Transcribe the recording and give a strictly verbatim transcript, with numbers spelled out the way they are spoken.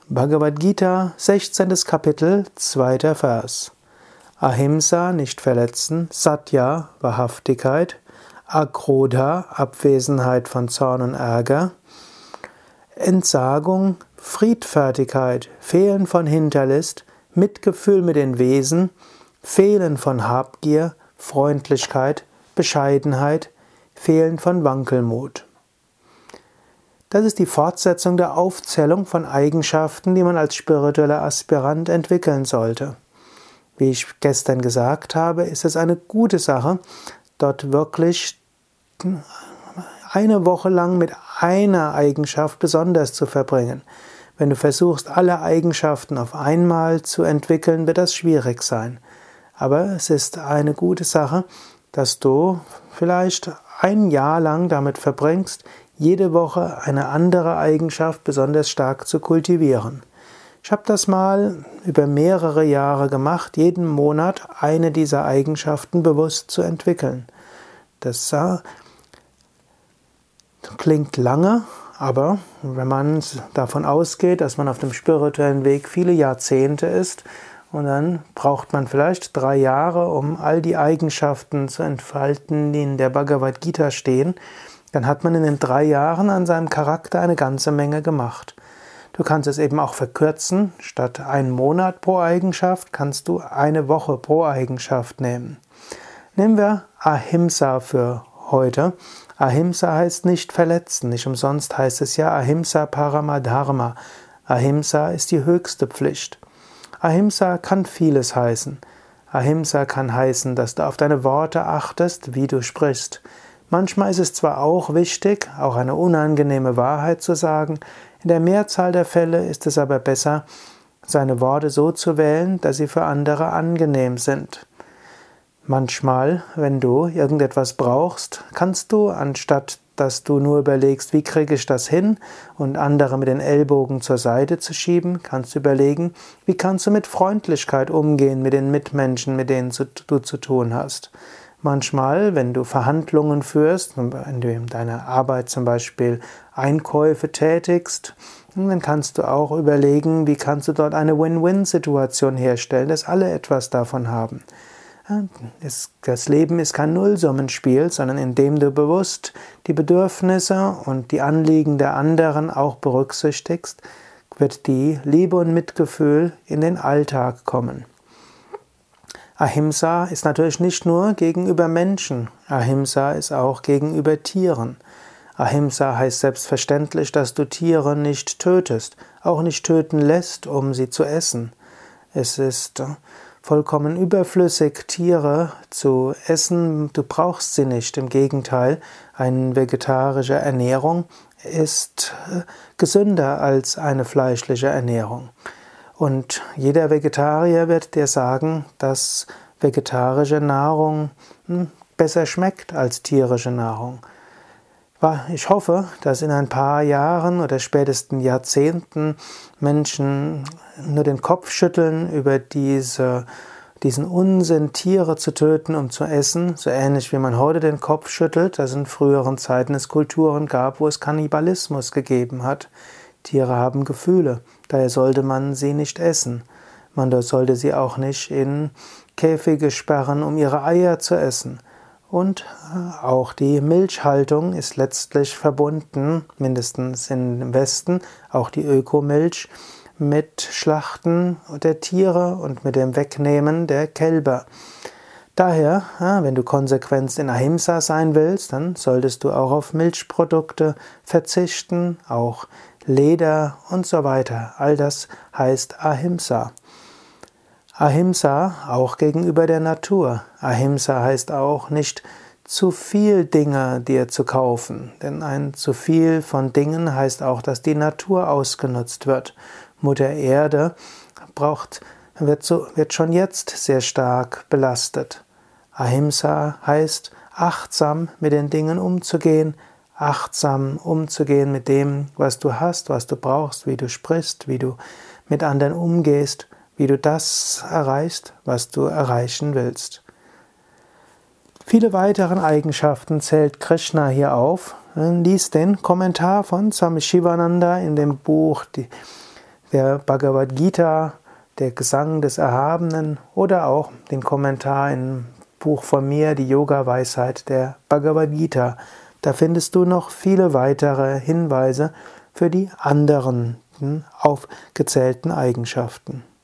Bhagavad Gita, sechzehntes Kapitel, zweiter Vers. Ahimsa, nicht verletzen, Satya, Wahrhaftigkeit, Akrodha, Abwesenheit von Zorn und Ärger, Entsagung, Friedfertigkeit, Fehlen von Hinterlist, Mitgefühl mit den Wesen, Fehlen von Habgier, Freundlichkeit, Bescheidenheit, Fehlen von Wankelmut. Das ist die Fortsetzung der Aufzählung von Eigenschaften, die man als spiritueller Aspirant entwickeln sollte. Wie ich gestern gesagt habe, ist es eine gute Sache, dort wirklich eine Woche lang mit einer Eigenschaft besonders zu verbringen. Wenn du versuchst, alle Eigenschaften auf einmal zu entwickeln, wird das schwierig sein. Aber es ist eine gute Sache, dass du vielleicht ein Jahr lang damit verbringst, jede Woche eine andere Eigenschaft besonders stark zu kultivieren. Ich habe das mal über mehrere Jahre gemacht, jeden Monat eine dieser Eigenschaften bewusst zu entwickeln. Das klingt lange, aber wenn man davon ausgeht, dass man auf dem spirituellen Weg viele Jahrzehnte ist, und dann braucht man vielleicht drei Jahre, um all die Eigenschaften zu entfalten, die in der Bhagavad Gita stehen, dann hat man in den drei Jahren an seinem Charakter eine ganze Menge gemacht. Du kannst es eben auch verkürzen. Statt einen Monat pro Eigenschaft kannst du eine Woche pro Eigenschaft nehmen. Nehmen wir Ahimsa für heute. Ahimsa heißt nicht verletzen. Nicht umsonst heißt es ja Ahimsa Paramadharma. Ahimsa ist die höchste Pflicht. Ahimsa kann vieles heißen. Ahimsa kann heißen, dass du auf deine Worte achtest, wie du sprichst. Manchmal ist es zwar auch wichtig, auch eine unangenehme Wahrheit zu sagen, in der Mehrzahl der Fälle ist es aber besser, seine Worte so zu wählen, dass sie für andere angenehm sind. Manchmal, wenn du irgendetwas brauchst, kannst du, anstatt dass du nur überlegst, wie kriege ich das hin und andere mit den Ellbogen zur Seite zu schieben, kannst du überlegen, wie kannst du mit Freundlichkeit umgehen mit den Mitmenschen, mit denen du zu tun hast. Manchmal, wenn du Verhandlungen führst, wenn du in deiner Arbeit zum Beispiel Einkäufe tätigst, dann kannst du auch überlegen, wie kannst du dort eine Win-Win-Situation herstellen, dass alle etwas davon haben. Das Leben ist kein Nullsummenspiel, sondern indem du bewusst die Bedürfnisse und die Anliegen der anderen auch berücksichtigst, wird die Liebe und Mitgefühl in den Alltag kommen. Ahimsa ist natürlich nicht nur gegenüber Menschen, Ahimsa ist auch gegenüber Tieren. Ahimsa heißt selbstverständlich, dass du Tiere nicht tötest, auch nicht töten lässt, um sie zu essen. Es ist vollkommen überflüssig, Tiere zu essen, du brauchst sie nicht. Im Gegenteil, eine vegetarische Ernährung ist gesünder als eine fleischliche Ernährung. Und jeder Vegetarier wird dir sagen, dass vegetarische Nahrung besser schmeckt als tierische Nahrung. Ich hoffe, dass in ein paar Jahren oder spätestens Jahrzehnten Menschen nur den Kopf schütteln über diese, diesen Unsinn, Tiere zu töten, um zu essen, so ähnlich wie man heute den Kopf schüttelt, dass in früheren Zeiten es Kulturen gab, wo es Kannibalismus gegeben hat. Tiere haben Gefühle, daher sollte man sie nicht essen. Man sollte sie auch nicht in Käfige sperren, um ihre Eier zu essen. Und auch die Milchhaltung ist letztlich verbunden, mindestens im Westen, auch die Ökomilch, mit Schlachten der Tiere und mit dem Wegnehmen der Kälber. Daher, wenn du konsequent in Ahimsa sein willst, dann solltest du auch auf Milchprodukte verzichten, auch Leder und so weiter. All das heißt Ahimsa. Ahimsa auch gegenüber der Natur. Ahimsa heißt auch nicht zu viel Dinge dir zu kaufen, denn ein zu viel von Dingen heißt auch, dass die Natur ausgenutzt wird. Mutter Erde braucht, wird, so, wird schon jetzt sehr stark belastet. Ahimsa heißt achtsam mit den Dingen umzugehen, achtsam umzugehen mit dem, was du hast, was du brauchst, wie du sprichst, wie du mit anderen umgehst, wie du das erreichst, was du erreichen willst. Viele weitere Eigenschaften zählt Krishna hier auf. Lies den Kommentar von Swami Shivananda in dem Buch die der Bhagavad Gita, der Gesang des Erhabenen oder auch den Kommentar im Buch von mir, die Yoga-Weisheit der Bhagavad Gita. Da findest du noch viele weitere Hinweise für die anderen aufgezählten Eigenschaften.